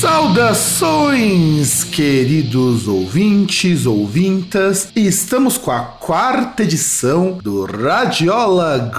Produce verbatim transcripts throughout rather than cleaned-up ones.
Saudações, queridos ouvintes, ouvintas, estamos com a quarta edição do Radiola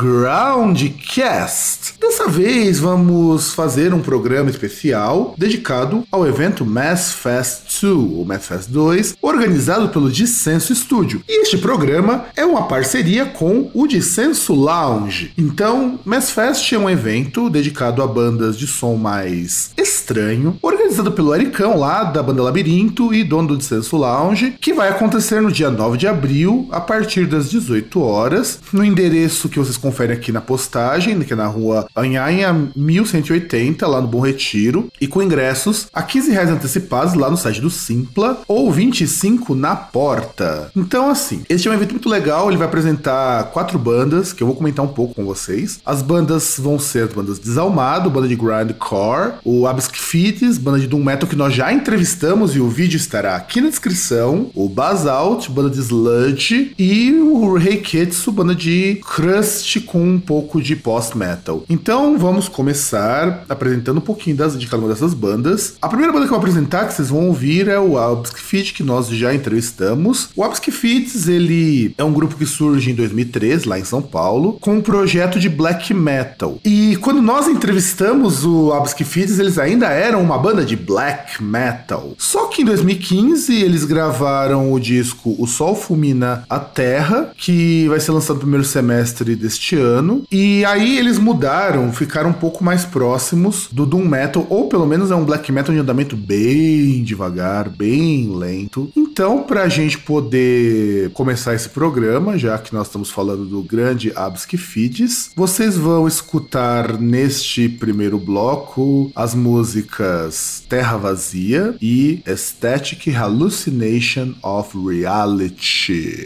Groundcast. Dessa vez vamos fazer um programa especial dedicado ao evento Mass Fest dois, ou Mass Fest dois, organizado pelo Dissenso Studio. E este programa é uma parceria com o Dissenso Lounge. Então, Mass Fest é um evento dedicado a bandas de som mais estranho, organizado pelo Ericão lá da banda Labirinto e dono do Dissenso Lounge, que vai acontecer no dia nove de abril, a partir das dezoito horas, no endereço que vocês conferem aqui na postagem, que é na rua Anhanha mil cento e oitenta, lá no Bom Retiro, e com ingressos a quinze reais antecipados lá no site do Simpla, ou vinte e cinco na porta. Então, assim, este é um evento muito legal, ele vai apresentar quatro bandas, que eu vou comentar um pouco com vocês. As bandas vão ser bandas Desalmado, banda de grindcore, o Abskfides, banda de doom metal que nós já entrevistamos e o vídeo estará aqui na descrição, o Basalt, banda de sludge, e o Reiketsu, banda de crust com um pouco de post-metal. Então vamos começar apresentando um pouquinho das, de cada uma dessas bandas. A primeira banda que eu vou apresentar, que vocês vão ouvir, é o Abskfides, que nós já entrevistamos. O Abskfides, ele é um grupo que surge em dois mil e treze, lá em São Paulo, com um projeto de black metal. E quando nós entrevistamos o Abskfides, eles ainda eram uma banda de black metal. Só que em dois mil e quinze eles gravaram o disco O Sol Fulmina a Terra, que vai ser lançado no primeiro semestre deste ano. E aí eles mudaram, ficaram um pouco mais próximos do doom metal, ou pelo menos é um black metal de andamento bem devagar, bem lento. Então, pra gente poder começar esse programa, já que nós estamos falando do grande Abskfides, vocês vão escutar neste primeiro bloco as músicas Terra Vazia e Aesthetic Hallucination of Reality.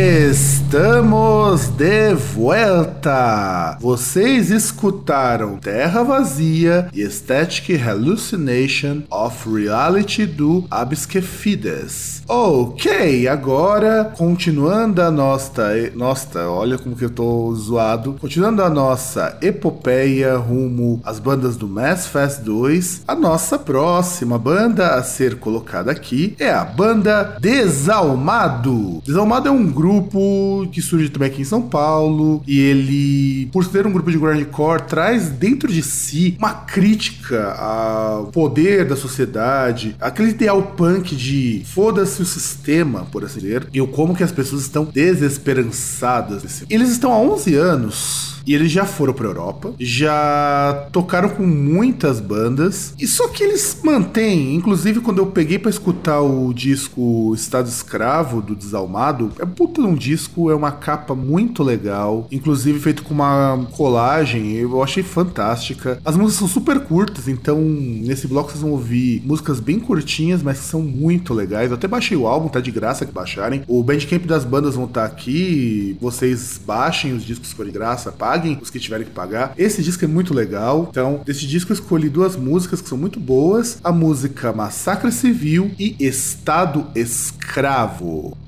Estamos de volta! Vocês escutaram Terra Vazia e Static Hallucination of Reality do Absquefides. Ok, agora, continuando a nossa... Nossa, olha como que eu tô zoado. Continuando a nossa epopeia rumo às bandas do Mass Fest dois, a nossa próxima banda a ser colocada aqui é a banda Desalmado. Desalmado é um grupo que surge também aqui em São Paulo e ele, por ser um grupo de grindcore, traz dentro de si uma crítica ao poder da sociedade, aquele ideal punk de foda-se o sistema, por assim dizer, e o como que as pessoas estão desesperançadas. Eles estão há onze anos e eles já foram pra Europa, já tocaram com muitas bandas, e só que eles mantêm, inclusive quando eu peguei pra escutar o disco Estado Escravo, do Desalmado, é puta de um disco, é uma capa muito legal, inclusive feito com uma colagem, eu achei fantástica. As músicas são super curtas, então nesse bloco vocês vão ouvir músicas bem curtinhas, mas que são muito legais. Eu até baixei o álbum, tá de graça que baixarem. O Bandcamp das bandas vão estar aqui, vocês baixem os discos que for de graça, paguem os que tiverem que pagar. Esse disco é muito legal. Então, desse disco eu escolhi duas músicas que são muito boas. A música Massacre Civil e Estado Escravo.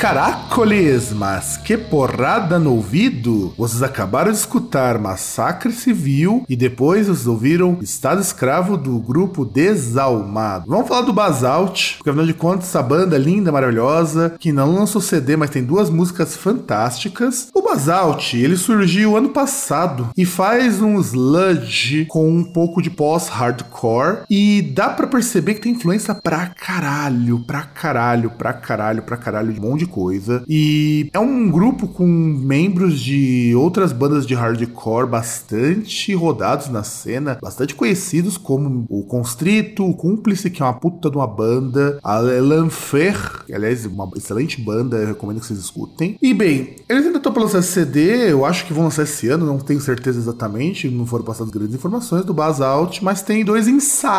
Caracoles, mas que porrada no ouvido! Vocês acabaram de escutar Massacre Civil e depois vocês ouviram Estado Escravo do grupo Desalmado. Vamos falar do Basalt, porque afinal de contas essa banda linda, maravilhosa, que não lançou C D, mas tem duas músicas fantásticas. O Basalt, ele surgiu ano passado e faz um sludge com um pouco de pós-hardcore e dá pra perceber que tem influência pra caralho, pra caralho, pra caralho, pra caralho de um monte de coisa. E é um grupo com membros de outras bandas de hardcore bastante rodados na cena, bastante conhecidos, como o Constrito, o Cúmplice, que é uma puta de uma banda, a L'Enfer, que aliás é uma excelente banda, eu recomendo que vocês escutem. E bem, eles ainda estão pra lançar esse C D, eu acho que vão lançar esse ano, não tenho certeza exatamente, não foram passadas grandes informações do Basalt, mas tem dois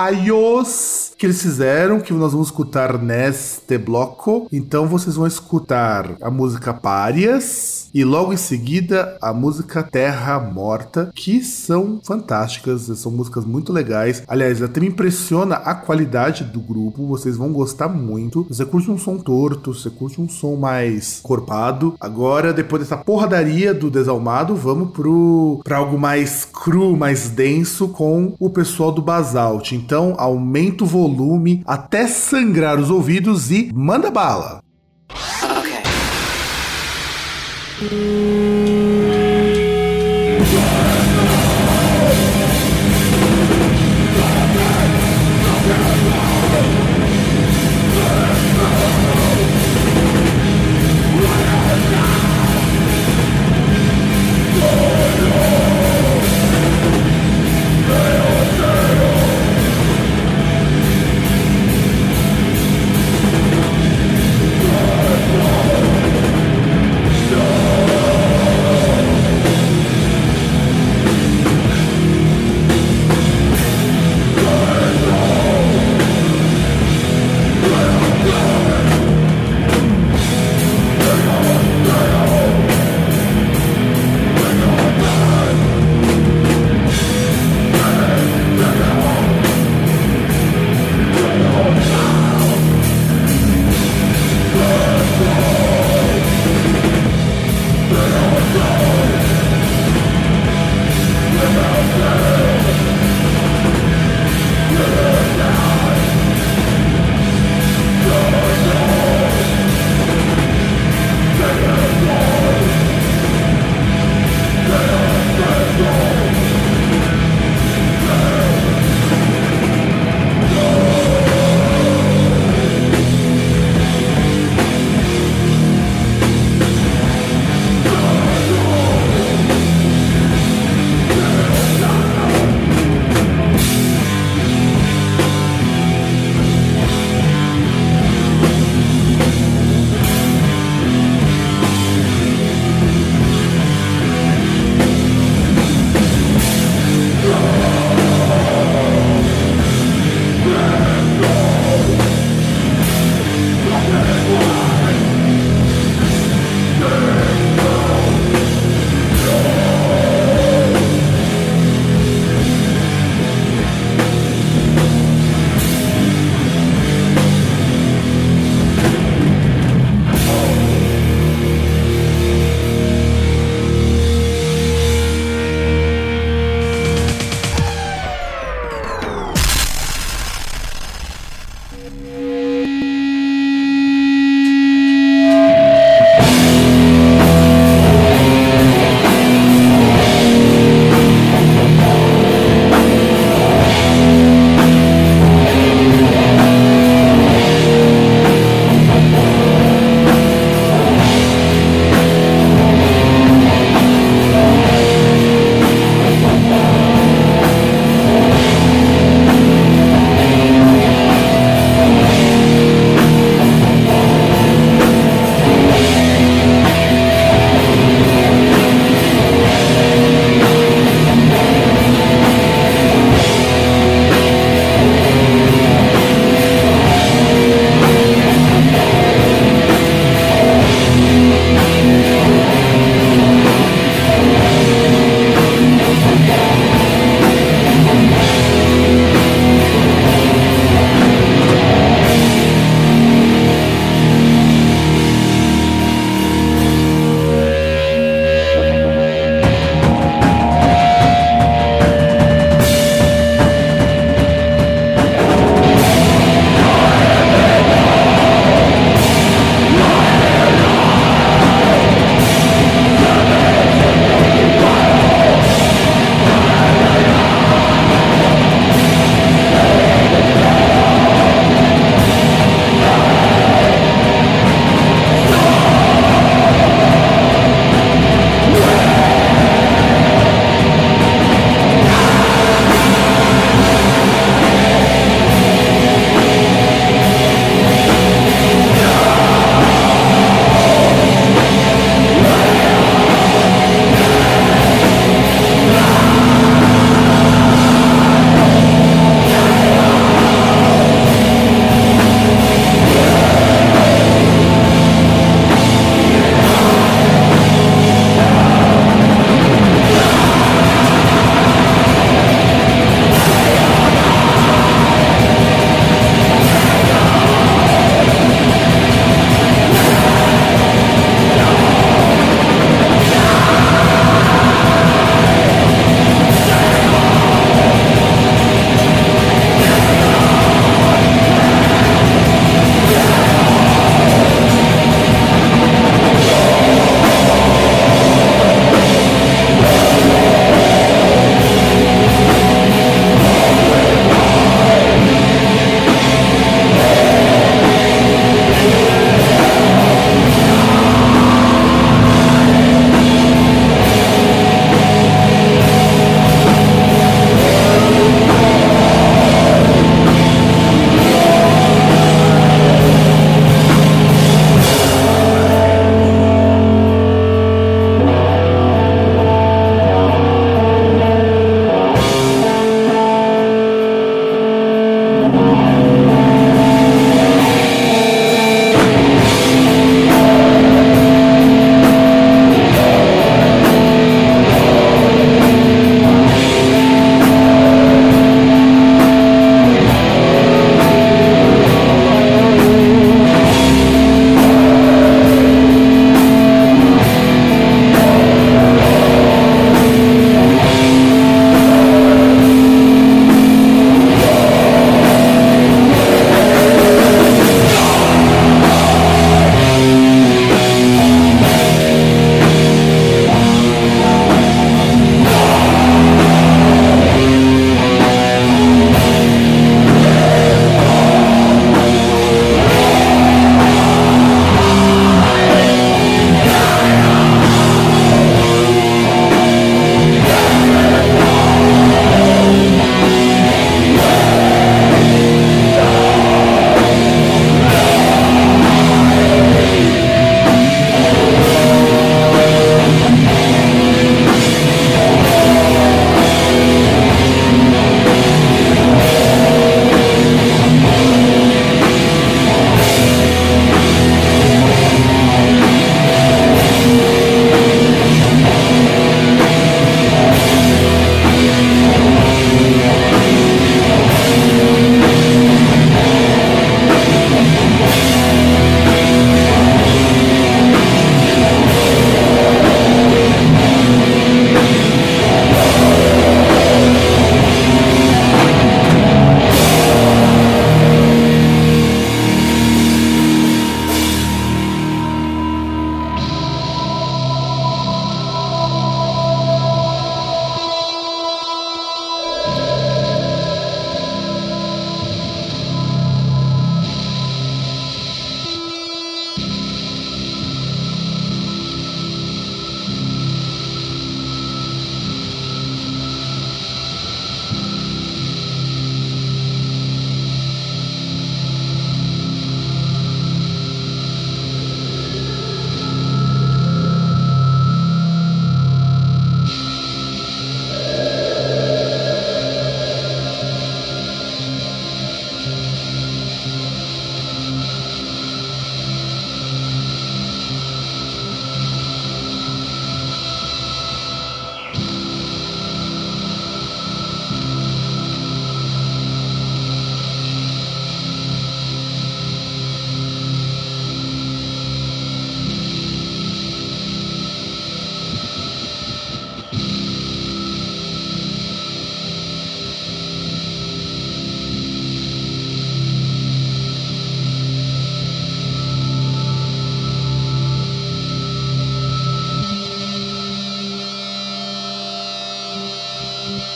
ensaios que eles fizeram, que nós vamos escutar neste bloco. Então vocês vão escutar a música Párias e logo em seguida a música Terra Morta, que são fantásticas, são músicas muito legais. Aliás, até me impressiona a qualidade do grupo, vocês vão gostar muito. Você curte um som torto, você curte um som mais corpado. Agora, depois dessa porradaria do Desalmado, vamos pro, pra algo mais cru, mais denso com o pessoal do Basalt. Então, aumenta o volume até sangrar os ouvidos e manda bala! Okay. No!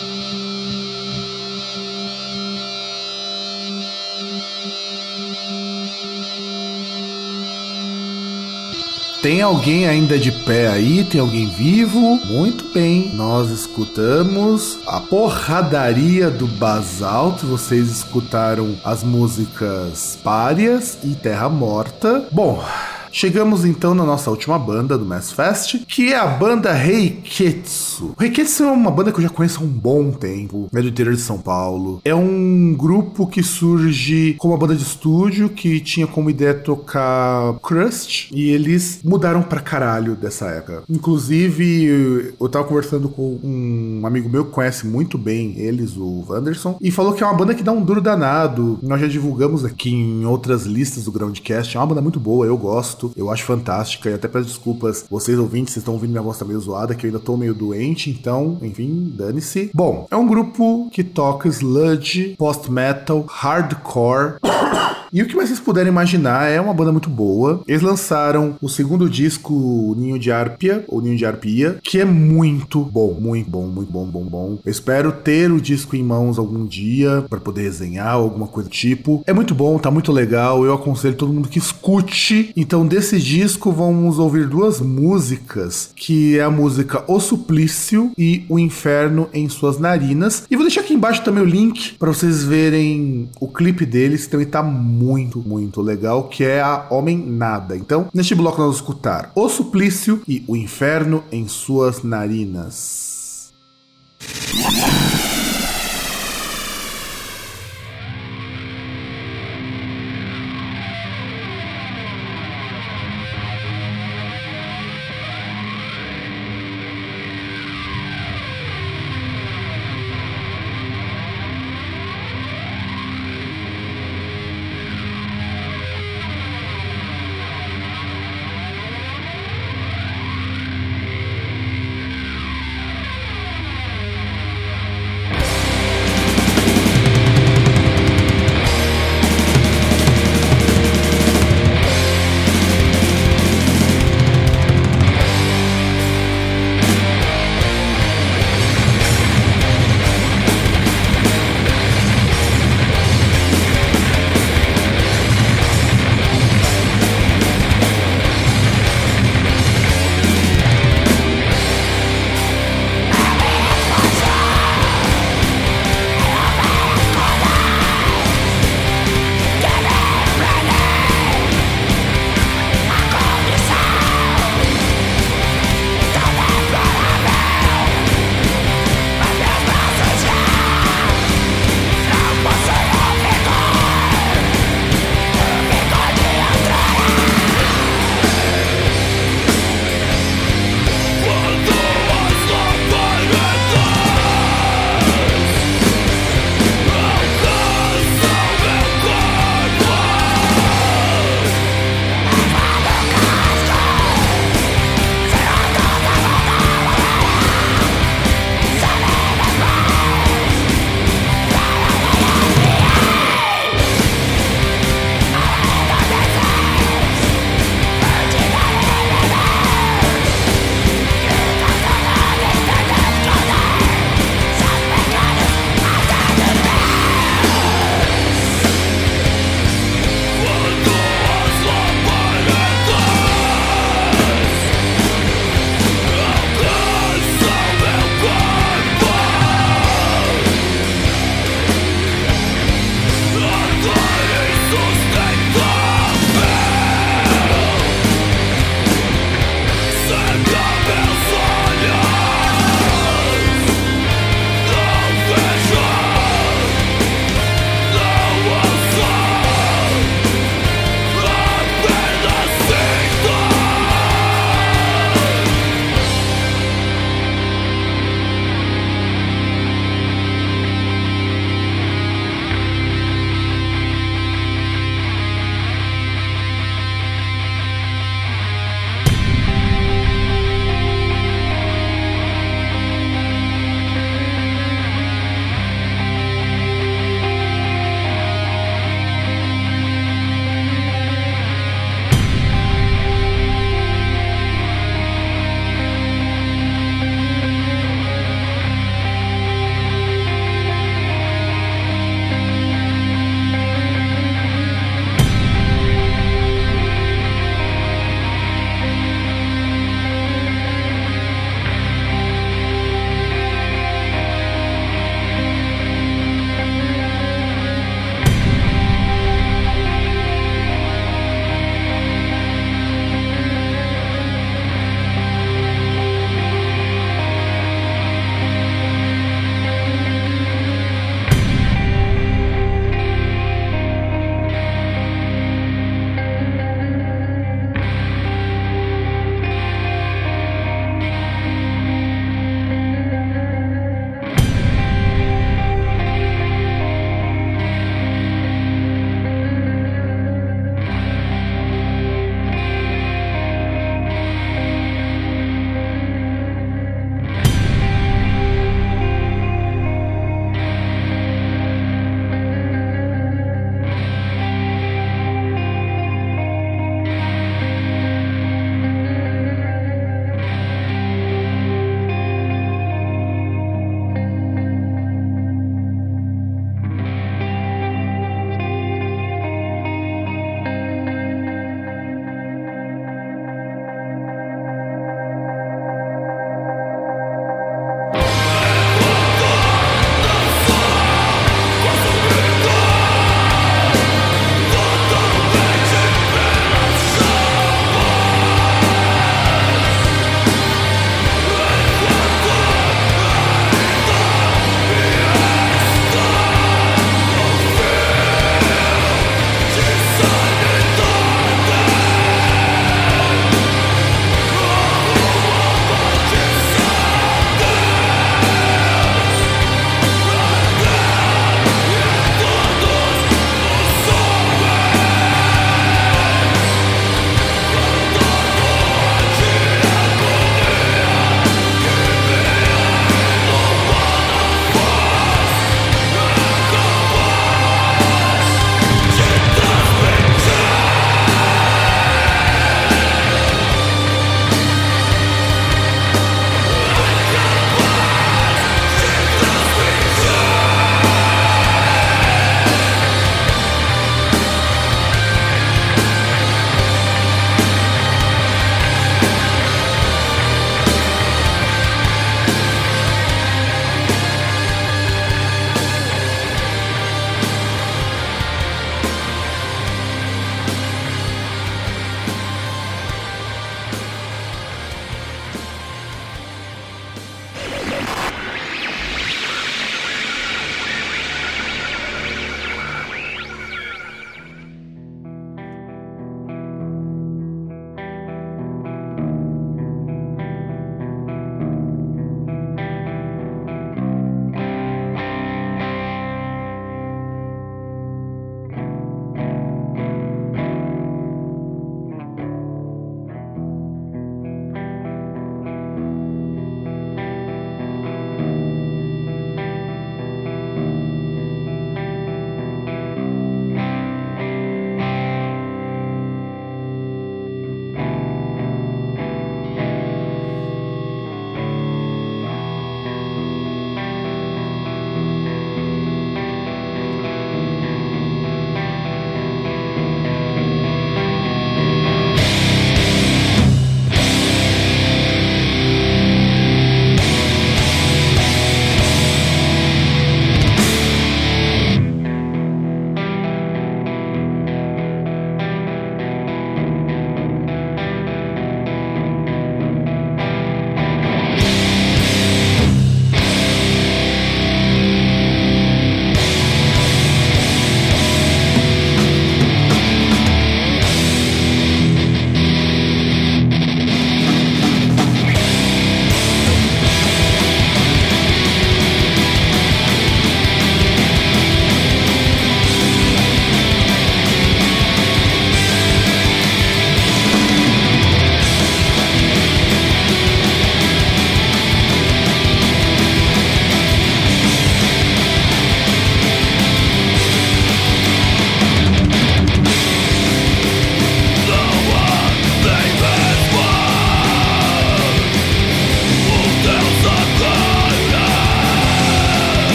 Tem alguém ainda de pé aí? Tem alguém vivo? Muito bem, nós escutamos a porradaria do Basalt. Vocês escutaram as músicas Párias e Terra Morta. Bom, chegamos então na nossa última banda do Mass Fest, que é a banda Reiketsu. O Reiketsu é uma banda que eu já conheço há um bom tempo, é do interior de São Paulo. É um grupo que surge como uma banda de estúdio que tinha como ideia tocar Crust, e eles mudaram pra caralho dessa época. Inclusive, eu tava conversando com um amigo meu que conhece muito bem eles, o Wanderson, e falou que é uma banda que dá um duro danado. Nós já divulgamos aqui em outras listas do Groundcast. É uma banda muito boa, eu gosto. Eu acho fantástica, e até peço desculpas vocês ouvintes, vocês estão ouvindo minha voz tá meio zoada, que eu ainda tô meio doente, então, enfim, dane-se. Bom, é um grupo que toca sludge, post-metal, hardcore. E o que mais vocês puderem imaginar, é uma banda muito boa. Eles lançaram o segundo disco, o Ninho de Árpia, ou Ninho de Arpia, que é muito bom, muito bom, muito bom, bom, bom. Eu espero ter o disco em mãos algum dia, pra poder resenhar, alguma coisa do tipo. É muito bom, tá muito legal, eu aconselho todo mundo que escute. Então, desse disco, vamos ouvir duas músicas, que é a música O Suplício e O Inferno em Suas Narinas. E vou deixar aqui embaixo também o link pra vocês verem o clipe deles, que também tá muito, muito legal, que é a Homem Nada. Então, neste bloco nós vamos escutar O Suplício e O Inferno em Suas Narinas.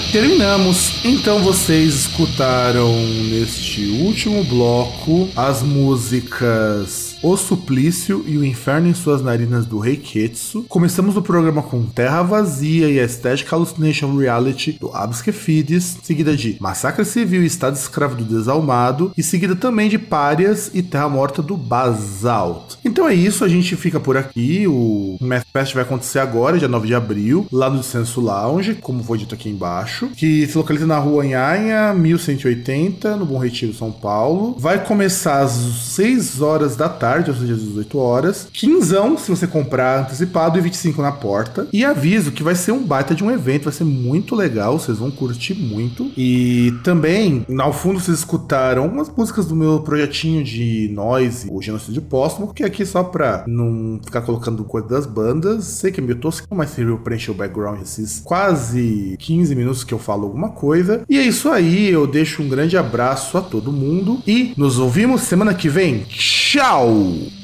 terminamos. Então vocês escutaram neste último bloco as músicas O Suplício e o Inferno em Suas Narinas do Reiketsu. Começamos o programa com Terra Vazia e a Static Hallucination Reality do Absquefides, seguida de Massacre Civil e Estado Escravo do Desalmado, e seguida também de Párias e Terra Morta do Basalt. Então é isso, a gente fica por aqui. O Math Fest vai acontecer agora, dia nove de abril, lá no Dissenso Lounge, como foi dito aqui embaixo, que se localiza na rua Anhanha, mil cento e oitenta, no Bom Retiro, São Paulo. Vai começar às seis horas da tarde, ou seja, às dezoito horas. quinzão se você comprar antecipado e vinte e cinco na porta. E aviso que vai ser um baita de um evento, vai ser muito legal, vocês vão curtir muito. E também, ao fundo, vocês escutaram umas músicas do meu projetinho de noise, o Genocídio Póstumo, porque aqui só pra não ficar colocando coisa das bandas, sei que é meio tosco, mas serviu pra encher o background esses quase quinze minutos que eu falo alguma coisa. E é isso aí, eu deixo um grande abraço a todo mundo e nos ouvimos semana que vem. Tchau!